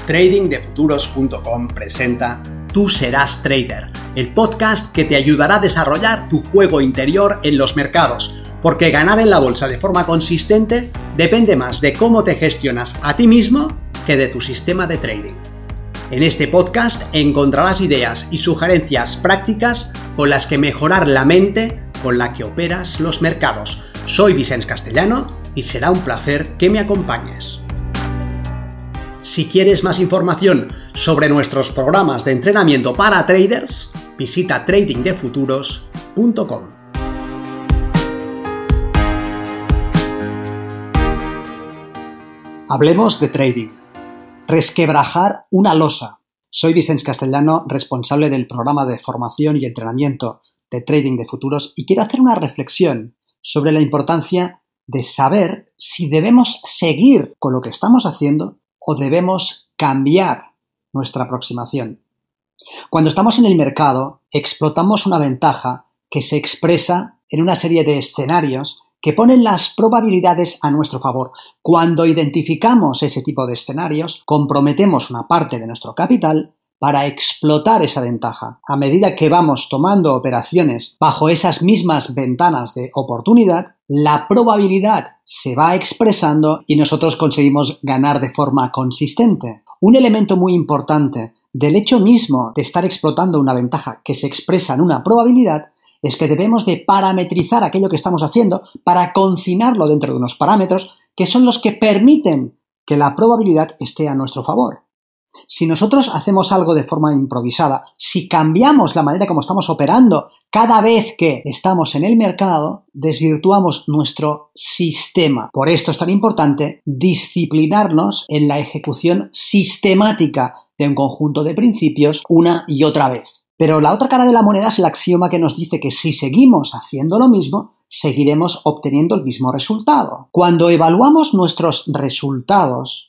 tradingdefuturos.com presenta Tú serás trader, el podcast que te ayudará a desarrollar tu juego interior en los mercados, porque ganar en la bolsa de forma consistente depende más de cómo te gestionas a ti mismo que de tu sistema de trading. En este podcast encontrarás ideas y sugerencias prácticas con las que mejorar la mente con la que operas los mercados. Soy Vicens Castellano y será un placer que me acompañes. Si quieres más información sobre nuestros programas de entrenamiento para traders, visita tradingdefuturos.com. Hablemos de trading. Resquebrajar una losa. Soy Vicens Castellano, responsable del programa de formación y entrenamiento de Trading de Futuros, y quiero hacer una reflexión sobre la importancia de saber si debemos seguir con lo que estamos haciendo o debemos cambiar nuestra aproximación. Cuando estamos en el mercado, explotamos una ventaja que se expresa en una serie de escenarios que ponen las probabilidades a nuestro favor. Cuando identificamos ese tipo de escenarios, comprometemos una parte de nuestro capital para explotar esa ventaja. A medida que vamos tomando operaciones bajo esas mismas ventanas de oportunidad, la probabilidad se va expresando y nosotros conseguimos ganar de forma consistente. Un elemento muy importante del hecho mismo de estar explotando una ventaja que se expresa en una probabilidad es que debemos de parametrizar aquello que estamos haciendo para confinarlo dentro de unos parámetros que son los que permiten que la probabilidad esté a nuestro favor. Si nosotros hacemos algo de forma improvisada, si cambiamos la manera como estamos operando cada vez que estamos en el mercado, desvirtuamos nuestro sistema. Por esto es tan importante disciplinarnos en la ejecución sistemática de un conjunto de principios una y otra vez. Pero la otra cara de la moneda es el axioma que nos dice que si seguimos haciendo lo mismo, seguiremos obteniendo el mismo resultado. Cuando evaluamos nuestros resultados,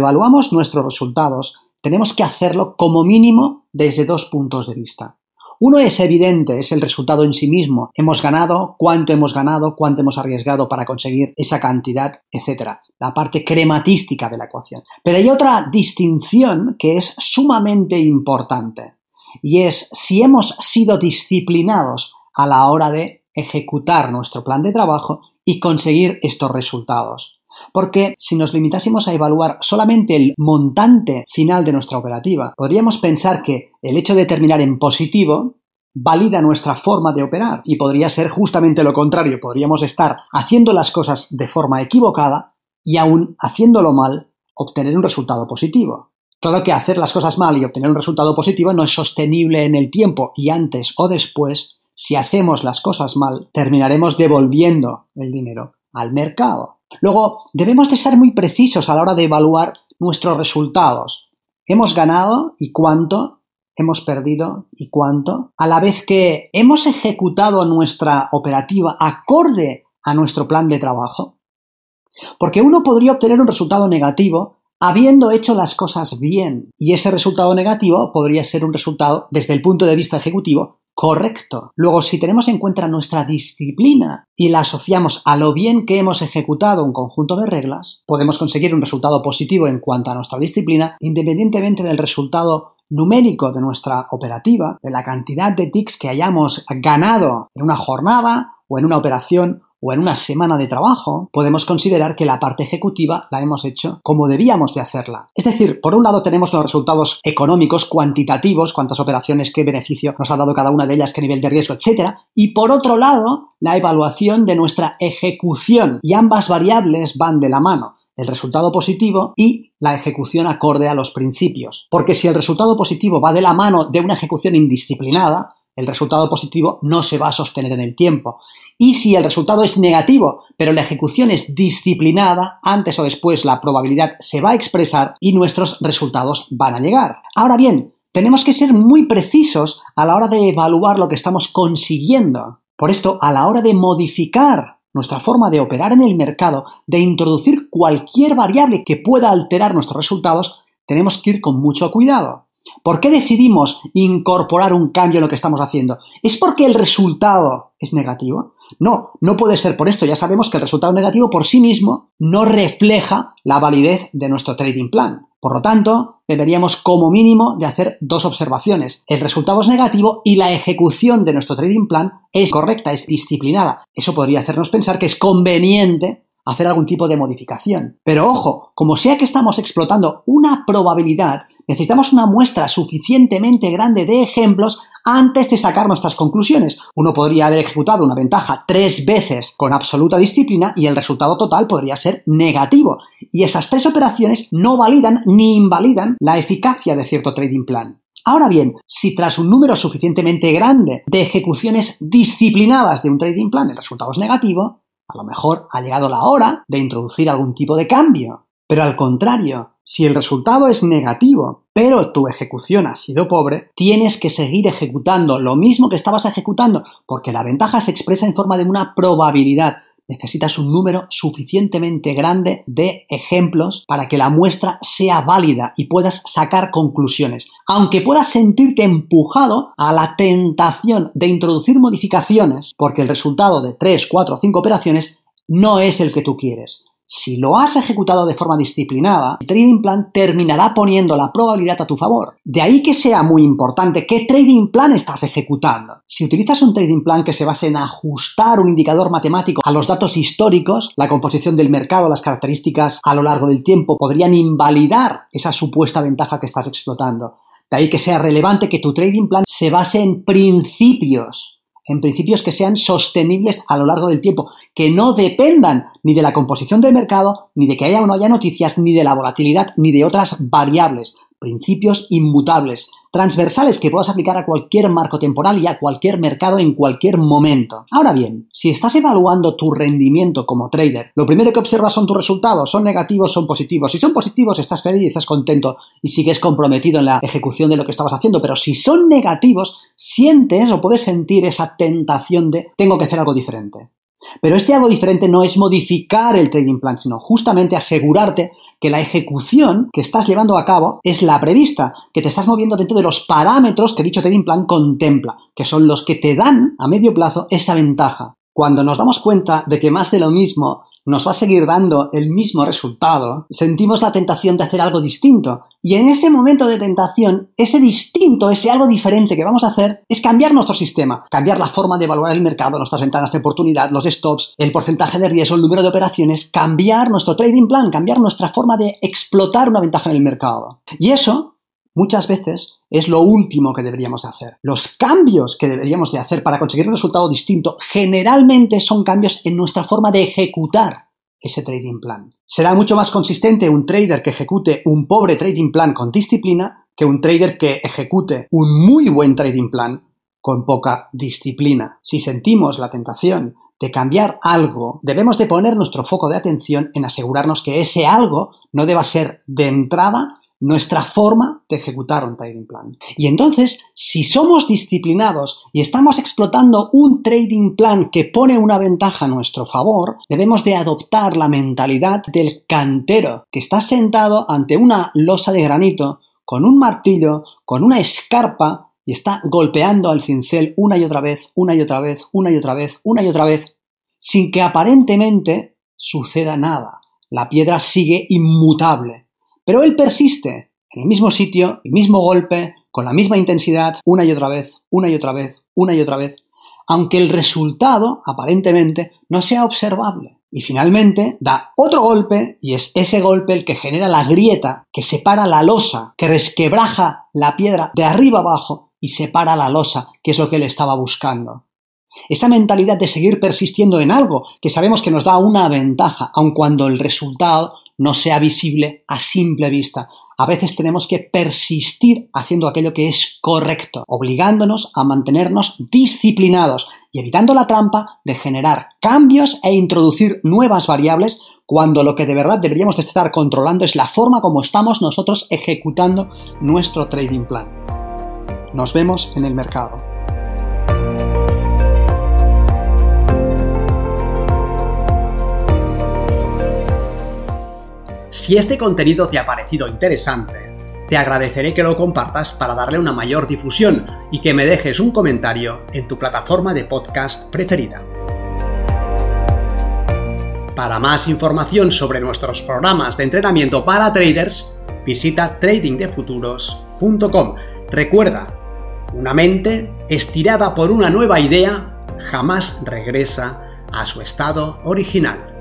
tenemos que hacerlo como mínimo desde dos puntos de vista. Uno es evidente, es el resultado en sí mismo. Hemos ganado, cuánto hemos arriesgado para conseguir esa cantidad, etc. La parte crematística de la ecuación. Pero hay otra distinción que es sumamente importante. Y es si hemos sido disciplinados a la hora de ejecutar nuestro plan de trabajo y conseguir estos resultados. Porque si nos limitásemos a evaluar solamente el montante final de nuestra operativa, podríamos pensar que el hecho de terminar en positivo valida nuestra forma de operar y podría ser justamente lo contrario. Podríamos estar haciendo las cosas de forma equivocada y aún haciéndolo mal, obtener un resultado positivo. Claro que hacer las cosas mal y obtener un resultado positivo no es sostenible en el tiempo y antes o después, si hacemos las cosas mal, terminaremos devolviendo el dinero al mercado. Luego, debemos de ser muy precisos a la hora de evaluar nuestros resultados. ¿Hemos ganado y cuánto? ¿Hemos perdido y cuánto? A la vez que hemos ejecutado nuestra operativa acorde a nuestro plan de trabajo. Porque uno podría obtener un resultado negativo habiendo hecho las cosas bien, y ese resultado negativo podría ser un resultado, desde el punto de vista ejecutivo, correcto. Luego, si tenemos en cuenta nuestra disciplina y la asociamos a lo bien que hemos ejecutado un conjunto de reglas, podemos conseguir un resultado positivo en cuanto a nuestra disciplina, independientemente del resultado numérico de nuestra operativa, de la cantidad de ticks que hayamos ganado en una jornada o en una operación o en una semana de trabajo. Podemos considerar que la parte ejecutiva la hemos hecho como debíamos de hacerla. Es decir, por un lado tenemos los resultados económicos, cuantitativos, cuántas operaciones, qué beneficio nos ha dado cada una de ellas, qué nivel de riesgo, etc. Y por otro lado, la evaluación de nuestra ejecución. Y ambas variables van de la mano. El resultado positivo y la ejecución acorde a los principios. Porque si el resultado positivo va de la mano de una ejecución indisciplinada, el resultado positivo no se va a sostener en el tiempo. Y si el resultado es negativo, pero la ejecución es disciplinada, antes o después la probabilidad se va a expresar y nuestros resultados van a llegar. Ahora bien, tenemos que ser muy precisos a la hora de evaluar lo que estamos consiguiendo. Por esto, a la hora de modificar nuestra forma de operar en el mercado, de introducir cualquier variable que pueda alterar nuestros resultados, tenemos que ir con mucho cuidado. ¿Por qué decidimos incorporar un cambio en lo que estamos haciendo? ¿Es porque el resultado es negativo? No, no puede ser por esto. Ya sabemos que el resultado negativo por sí mismo no refleja la validez de nuestro trading plan. Por lo tanto, deberíamos como mínimo de hacer dos observaciones. El resultado es negativo y la ejecución de nuestro trading plan es correcta, es disciplinada. Eso podría hacernos pensar que es conveniente hacer algún tipo de modificación. Pero ojo, como sea que estamos explotando una probabilidad, necesitamos una muestra suficientemente grande de ejemplos antes de sacar nuestras conclusiones. Uno podría haber ejecutado una ventaja 3 veces con absoluta disciplina y el resultado total podría ser negativo. Y esas 3 operaciones no validan ni invalidan la eficacia de cierto trading plan. Ahora bien, si tras un número suficientemente grande de ejecuciones disciplinadas de un trading plan el resultado es negativo, a lo mejor ha llegado la hora de introducir algún tipo de cambio. Pero al contrario, si el resultado es negativo, pero tu ejecución ha sido pobre, tienes que seguir ejecutando lo mismo que estabas ejecutando, porque la ventaja se expresa en forma de una probabilidad. Necesitas un número suficientemente grande de ejemplos para que la muestra sea válida y puedas sacar conclusiones. Aunque puedas sentirte empujado a la tentación de introducir modificaciones, porque el resultado de 3, 4 o 5 operaciones no es el que tú quieres. Si lo has ejecutado de forma disciplinada, el trading plan terminará poniendo la probabilidad a tu favor. De ahí que sea muy importante qué trading plan estás ejecutando. Si utilizas un trading plan que se base en ajustar un indicador matemático a los datos históricos, la composición del mercado, las características a lo largo del tiempo podrían invalidar esa supuesta ventaja que estás explotando. De ahí que sea relevante que tu trading plan se base en principios que sean sostenibles a lo largo del tiempo, que no dependan ni de la composición del mercado, ni de que haya o no haya noticias, ni de la volatilidad, ni de otras variables. Principios inmutables, transversales que puedas aplicar a cualquier marco temporal y a cualquier mercado en cualquier momento. Ahora bien, si estás evaluando tu rendimiento como trader, lo primero que observas son tus resultados, son negativos, son positivos. Si son positivos, estás feliz, estás contento y sigues comprometido en la ejecución de lo que estabas haciendo, pero si son negativos, sientes o puedes sentir esa tentación de tengo que hacer algo diferente. Pero este algo diferente no es modificar el trading plan, sino justamente asegurarte que la ejecución que estás llevando a cabo es la prevista, que te estás moviendo dentro de los parámetros que dicho trading plan contempla, que son los que te dan a medio plazo esa ventaja. Cuando nos damos cuenta de que más de lo mismo nos va a seguir dando el mismo resultado, sentimos la tentación de hacer algo distinto. Y en ese momento de tentación, ese distinto, ese algo diferente que vamos a hacer es cambiar nuestro sistema, cambiar la forma de evaluar el mercado, nuestras ventanas de oportunidad, los stops, el porcentaje de riesgo, el número de operaciones, cambiar nuestro trading plan, cambiar nuestra forma de explotar una ventaja en el mercado. Y eso muchas veces es lo último que deberíamos hacer. Los cambios que deberíamos de hacer para conseguir un resultado distinto generalmente son cambios en nuestra forma de ejecutar ese trading plan. Será mucho más consistente un trader que ejecute un pobre trading plan con disciplina que un trader que ejecute un muy buen trading plan con poca disciplina. Si sentimos la tentación de cambiar algo, debemos de poner nuestro foco de atención en asegurarnos que ese algo no deba ser de entrada nuestra forma de ejecutar un trading plan. Y entonces, si somos disciplinados y estamos explotando un trading plan que pone una ventaja a nuestro favor, debemos de adoptar la mentalidad del cantero que está sentado ante una losa de granito con un martillo, con una escarpa y está golpeando al cincel una y otra vez, una y otra vez, una y otra vez, una y otra vez, sin que aparentemente suceda nada. La piedra sigue inmutable. Pero él persiste en el mismo sitio, el mismo golpe, con la misma intensidad, una y otra vez, una y otra vez, una y otra vez, aunque el resultado, aparentemente, no sea observable. Y finalmente da otro golpe, y es ese golpe el que genera la grieta que separa la losa, que resquebraja la piedra de arriba abajo y separa la losa, que es lo que él estaba buscando. Esa mentalidad de seguir persistiendo en algo que sabemos que nos da una ventaja, aun cuando el resultado no sea visible a simple vista. A veces tenemos que persistir haciendo aquello que es correcto, obligándonos a mantenernos disciplinados y evitando la trampa de generar cambios e introducir nuevas variables cuando lo que de verdad deberíamos de estar controlando es la forma como estamos nosotros ejecutando nuestro trading plan. Nos vemos en el mercado. Si este contenido te ha parecido interesante, te agradeceré que lo compartas para darle una mayor difusión y que me dejes un comentario en tu plataforma de podcast preferida. Para más información sobre nuestros programas de entrenamiento para traders, visita tradingdefuturos.com. Recuerda, una mente estirada por una nueva idea jamás regresa a su estado original.